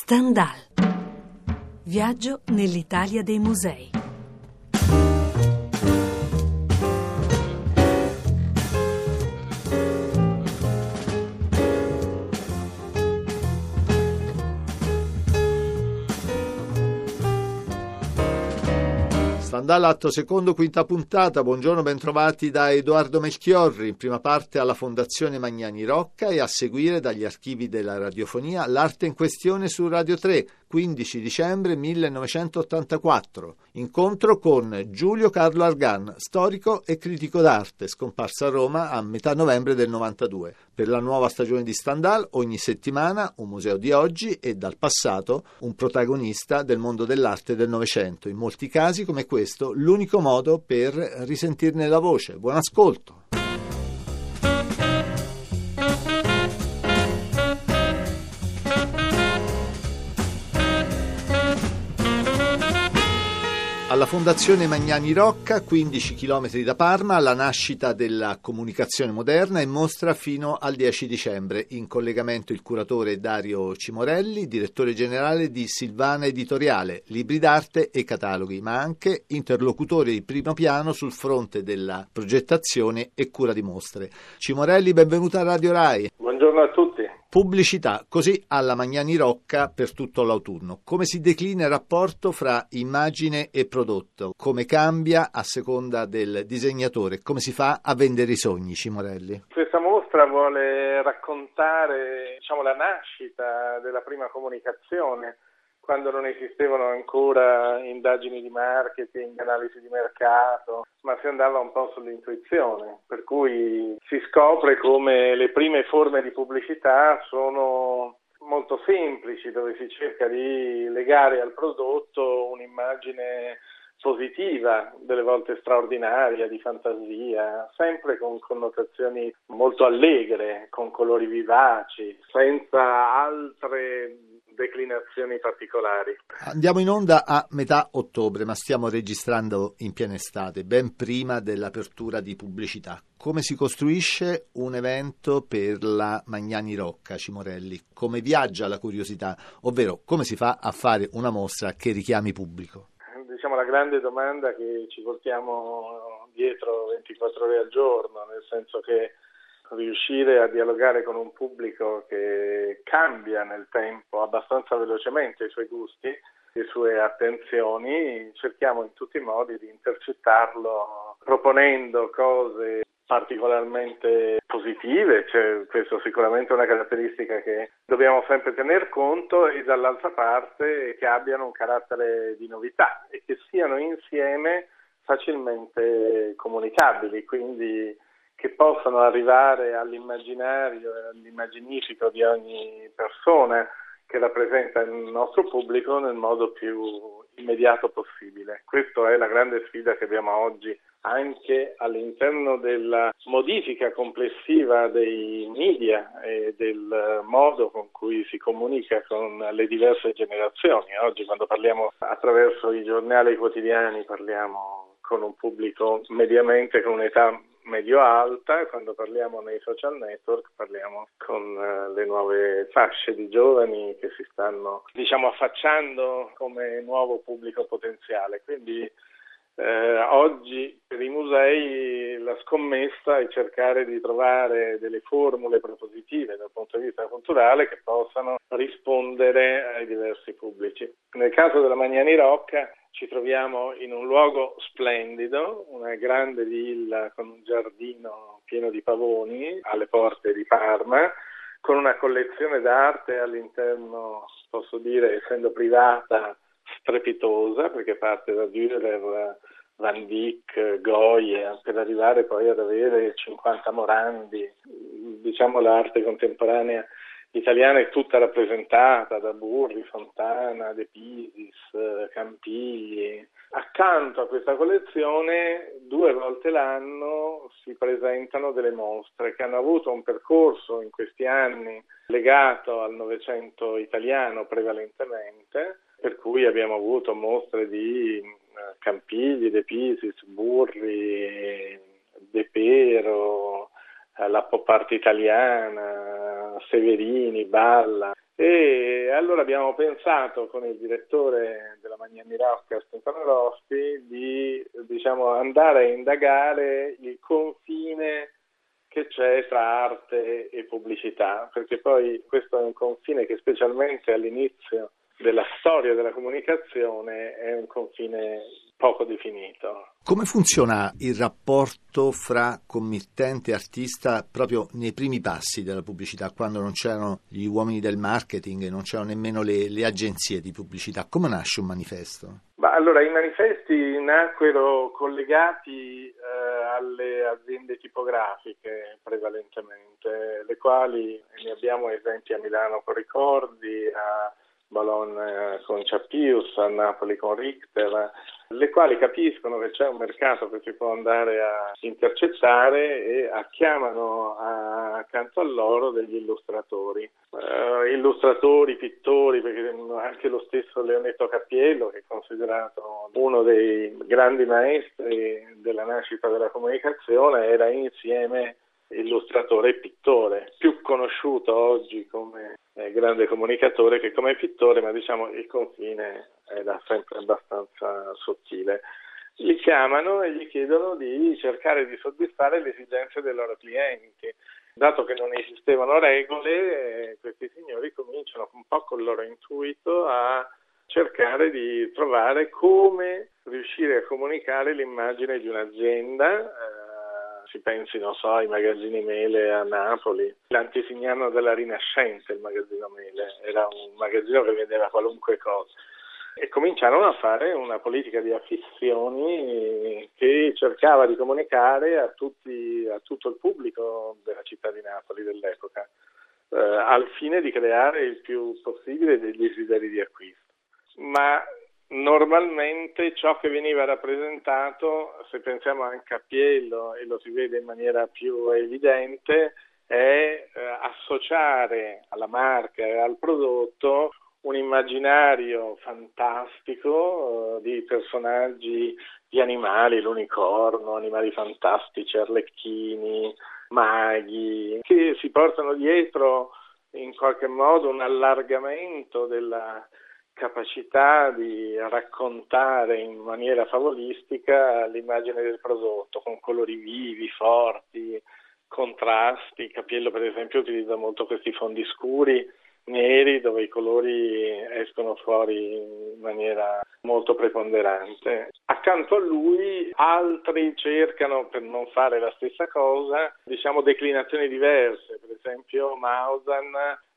Stendhal. Viaggio nell'Italia dei musei. Stendhal, atto secondo, quinta puntata. Buongiorno, bentrovati da Edoardo Melchiorri. In prima parte alla Fondazione Magnani Rocca e a seguire dagli archivi della radiofonia l'arte in questione su Radio 3, 15 dicembre 1984. Incontro con Giulio Carlo Argan, storico e critico d'arte, scomparso a Roma a metà novembre del 92. Per la nuova stagione di Stendhal, ogni settimana un museo di oggi e dal passato un protagonista del mondo dell'arte del Novecento. In molti casi, come questo, l'unico modo per risentirne la voce. Buon ascolto! Alla Fondazione Magnani Rocca, 15 km da Parma, la nascita della comunicazione moderna, in mostra fino al 10 dicembre. In collegamento il curatore Dario Cimorelli, direttore generale di Silvana Editoriale, libri d'arte e cataloghi, ma anche interlocutore di primo piano sul fronte della progettazione e cura di mostre. Cimorelli, benvenuto a Radio Rai. Buongiorno a tutti. Pubblicità, così alla Magnani Rocca per tutto l'autunno. Come si declina il rapporto fra immagine e prodotto? Come cambia a seconda del disegnatore? Come si fa a vendere i sogni, Cimorelli? Questa mostra vuole raccontare, la nascita della prima comunicazione, quando non esistevano ancora indagini di marketing, analisi di mercato, ma si andava un po' sull'intuizione, per cui si scopre come le prime forme di pubblicità sono molto semplici, dove si cerca di legare al prodotto un'immagine positiva, delle volte straordinaria, di fantasia, sempre con connotazioni molto allegre, con colori vivaci, senza altre declinazioni particolari. Andiamo in onda a metà ottobre, ma stiamo registrando in piena estate, ben prima dell'apertura di pubblicità. Come si costruisce un evento per la Magnani Rocca, Cimorelli? Come viaggia la curiosità? Ovvero, come si fa a fare una mostra che richiami pubblico? La grande domanda che ci portiamo dietro 24 ore al giorno, nel senso che riuscire a dialogare con un pubblico che cambia nel tempo abbastanza velocemente i suoi gusti, le sue attenzioni, cerchiamo in tutti i modi di intercettarlo proponendo cose particolarmente positive, questo sicuramente è una caratteristica che dobbiamo sempre tener conto, e dall'altra parte che abbiano un carattere di novità e che siano insieme facilmente comunicabili, quindi che possano arrivare all'immaginario e all'immaginifico di ogni persona che rappresenta il nostro pubblico nel modo più immediato possibile. Questa è la grande sfida che abbiamo oggi anche all'interno della modifica complessiva dei media e del modo con cui si comunica con le diverse generazioni. Oggi, quando parliamo attraverso i giornali e i quotidiani, parliamo con un pubblico mediamente con un'età medio-alta, quando parliamo nei social network parliamo con le nuove fasce di giovani che si stanno affacciando come nuovo pubblico potenziale. Quindi oggi per i musei la scommessa è cercare di trovare delle formule propositive dal punto di vista culturale che possano rispondere ai diversi pubblici. Nel caso della Magnani Rocca ci troviamo in un luogo splendido, una grande villa con un giardino pieno di pavoni alle porte di Parma, con una collezione d'arte all'interno, posso dire, essendo privata, strepitosa, perché parte da Dürer, Van Dyck, Goya, per arrivare poi ad avere 50 Morandi. L'arte contemporanea italiana è tutta rappresentata da Burri, Fontana, De Pisis, Campigli. Accanto a questa collezione 2 volte l'anno si presentano delle mostre che hanno avuto un percorso in questi anni legato al Novecento italiano prevalentemente, per cui abbiamo avuto mostre di Campigli, De Pisis, Burri, De Pero, la pop art italiana, Severini, Balla, E allora abbiamo pensato con il direttore della Magnani Rocca, Stefano Rossi, di andare a indagare il confine che c'è tra arte e pubblicità, perché poi questo è un confine che specialmente all'inizio della storia della comunicazione è un confine poco definito. Come funziona il rapporto fra committente e artista proprio nei primi passi della pubblicità, quando non c'erano gli uomini del marketing e non c'erano nemmeno le agenzie di pubblicità? Come nasce un manifesto? Allora, i manifesti nacquero collegati alle aziende tipografiche prevalentemente, le quali ne abbiamo esempi a Milano con Ricordi, a Bologna con Ciappius, a Napoli con Richter, le quali capiscono che c'è un mercato che si può andare a intercettare e chiamano accanto a loro degli illustratori, pittori, perché anche lo stesso Leonetto Cappiello, che è considerato uno dei grandi maestri della nascita della comunicazione, era insieme illustratore e pittore, più conosciuto oggi come grande comunicatore che come pittore, ma il confine era sempre abbastanza sottile. Li chiamano e gli chiedono di cercare di soddisfare le esigenze dei loro clienti. Dato che non esistevano regole, questi signori cominciano un po' col loro intuito a cercare di trovare come riuscire a comunicare l'immagine di un'azienda. Si pensi, ai magazzini Mele a Napoli, l'antesignano della Rinascenza, il magazzino Mele, era un magazzino che vendeva qualunque cosa. E cominciarono a fare una politica di affissioni che cercava di comunicare a tutto il pubblico della città di Napoli dell'epoca, al fine di creare il più possibile dei desideri di acquisto. Ma normalmente ciò che veniva rappresentato, se pensiamo anche a Cappiello, e lo si vede in maniera più evidente, è associare alla marca e al prodotto un immaginario fantastico di personaggi, di animali, l'unicorno, animali fantastici, arlecchini, maghi, che si portano dietro in qualche modo un allargamento della capacità di raccontare in maniera favolistica l'immagine del prodotto, con colori vivi, forti, contrasti. Cappiello, per esempio, utilizza molto questi fondi scuri, neri, dove i colori escono fuori in maniera molto preponderante. Accanto a lui altri cercano, per non fare la stessa cosa, declinazioni diverse. Per esempio Maussan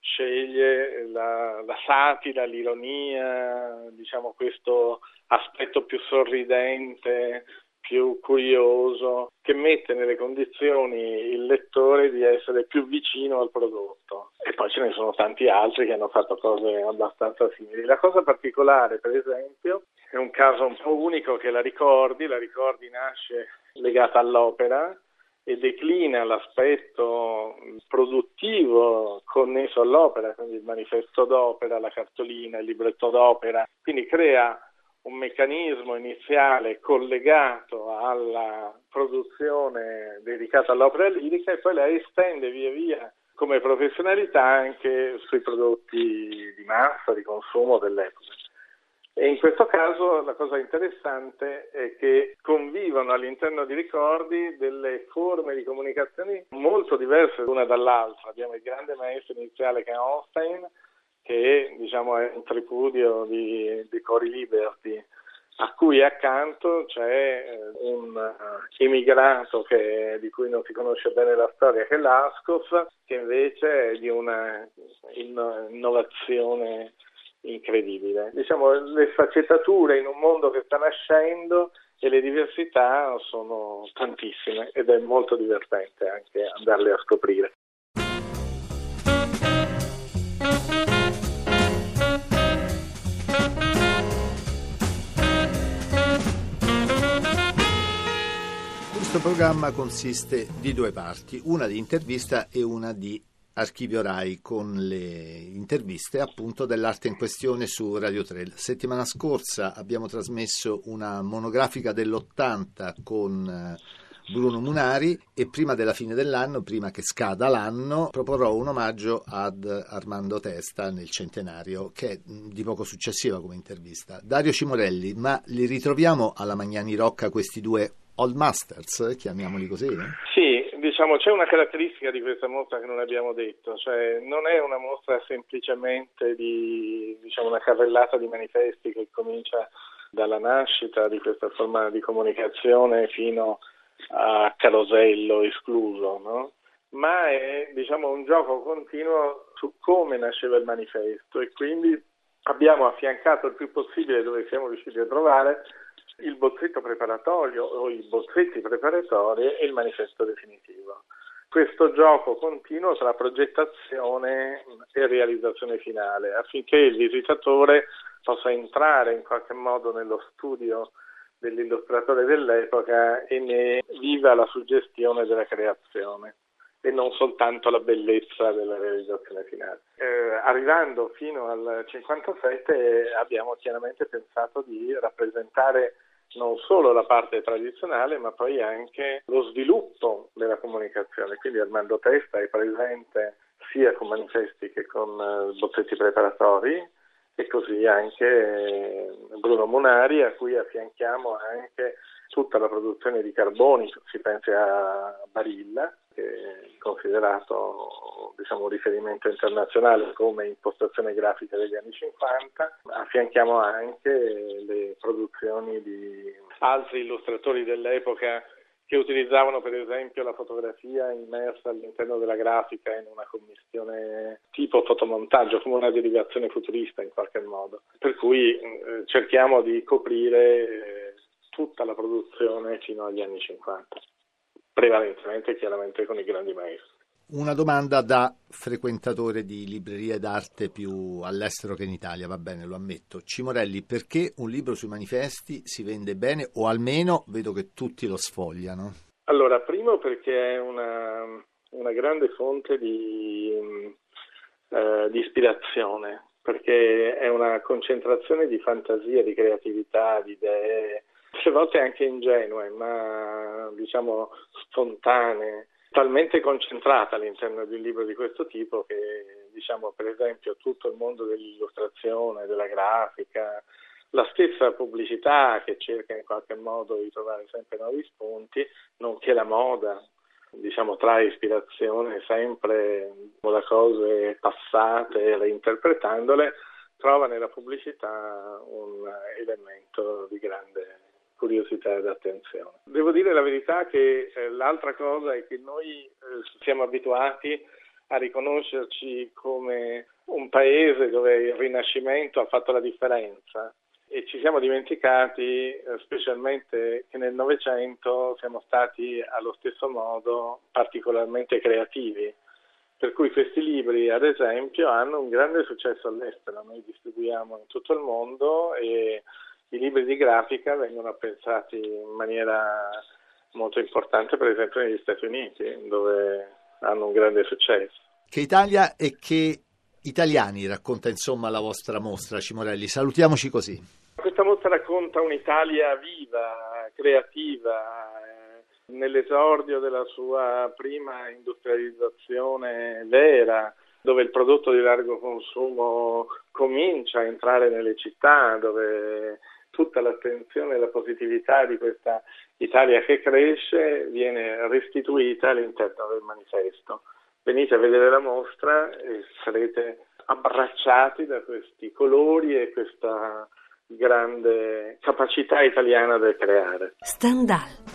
sceglie la satira, l'ironia, questo aspetto più sorridente, più curioso, che mette nelle condizioni il lettore di essere più vicino al prodotto. E poi ce ne sono tanti altri che hanno fatto cose abbastanza simili. La cosa particolare, per esempio, è un caso un po' unico, che la Ricordi nasce legata all'opera e declina l'aspetto produttivo connesso all'opera, quindi il manifesto d'opera, la cartolina, il libretto d'opera, quindi crea un meccanismo iniziale collegato alla produzione dedicata all'opera lirica e poi la estende via via come professionalità anche sui prodotti di massa, di consumo dell'epoca. E in questo caso la cosa interessante è che convivono all'interno di Ricordi delle forme di comunicazione molto diverse l'una dall'altra. Abbiamo il grande maestro iniziale che è Einstein, che è un tripudio di Cory Liberty, a cui accanto c'è un immigrato di cui non si conosce bene la storia, che è Laskoff, che invece è di una innovazione incredibile. Le sfaccettature in un mondo che sta nascendo e le diversità sono tantissime ed è molto divertente anche andarle a scoprire. Questo programma consiste di due parti, una di intervista e una di Archivio Rai, con le interviste appunto dell'arte in questione su Radio 3. La settimana scorsa abbiamo trasmesso una monografica dell'80 con Bruno Munari, e prima della fine dell'anno, prima che scada l'anno, proporrò un omaggio ad Armando Testa nel centenario, che è di poco successiva come intervista. Dario Cimorelli, ma li ritroviamo alla Magnani Rocca questi due Old Masters, chiamiamoli così? Sì, diciamo c'è una caratteristica di questa mostra che non abbiamo detto, cioè non è una mostra semplicemente di una carrellata di manifesti che comincia dalla nascita di questa forma di comunicazione fino a carosello escluso, no? Ma è un gioco continuo su come nasceva il manifesto, e quindi abbiamo affiancato il più possibile, dove siamo riusciti a trovare, il bozzetto preparatorio o i bozzetti preparatori e il manifesto definitivo. Questo gioco continuo tra progettazione e realizzazione finale, affinché il visitatore possa entrare in qualche modo nello studio dell'illustratore dell'epoca e ne viva la suggestione della creazione e non soltanto la bellezza della realizzazione finale. Arrivando fino al 57 abbiamo chiaramente pensato di rappresentare non solo la parte tradizionale, ma poi anche lo sviluppo della comunicazione. Quindi Armando Testa è presente sia con manifesti che con bozzetti preparatori, e così anche Bruno Munari, a cui affianchiamo anche tutta la produzione di carboni. Si pensi a Barilla, che è considerato un riferimento internazionale come impostazione grafica degli anni 50. Affianchiamo anche le produzioni di altri illustratori dell'epoca che utilizzavano per esempio la fotografia immersa all'interno della grafica in una commistione tipo fotomontaggio, come una derivazione futurista in qualche modo. Per cui cerchiamo di coprire tutta la produzione fino agli anni 50, prevalentemente chiaramente con i grandi maestri. Una domanda da frequentatore di librerie d'arte più all'estero che in Italia, va bene, lo ammetto. Cimorelli, perché un libro sui manifesti si vende bene, o almeno vedo che tutti lo sfogliano? Allora, primo perché è una grande fonte di ispirazione, perché è una concentrazione di fantasia, di creatività, di idee, a volte anche ingenue, ma spontanee, talmente concentrata all'interno di un libro di questo tipo che, per esempio, tutto il mondo dell'illustrazione, della grafica, la stessa pubblicità che cerca in qualche modo di trovare sempre nuovi spunti, nonché la moda, trae ispirazione sempre da cose passate, reinterpretandole, trova nella pubblicità un elemento di grande curiosità ed attenzione. Devo dire la verità che l'altra cosa è che noi siamo abituati a riconoscerci come un paese dove il Rinascimento ha fatto la differenza, e ci siamo dimenticati specialmente che nel Novecento siamo stati allo stesso modo particolarmente creativi, per cui questi libri ad esempio hanno un grande successo all'estero. Noi distribuiamo in tutto il mondo e i libri di grafica vengono apprezzati in maniera molto importante, per esempio negli Stati Uniti, dove hanno un grande successo. Che Italia e che italiani racconta la vostra mostra, Cimorelli? Salutiamoci così. Questa mostra racconta un'Italia viva, creativa, nell'esordio della sua prima industrializzazione vera, dove il prodotto di largo consumo comincia a entrare nelle città, dove tutta l'attenzione e la positività di questa Italia che cresce viene restituita all'interno del manifesto. Venite a vedere la mostra e sarete abbracciati da questi colori e questa grande capacità italiana del creare. Stendhal.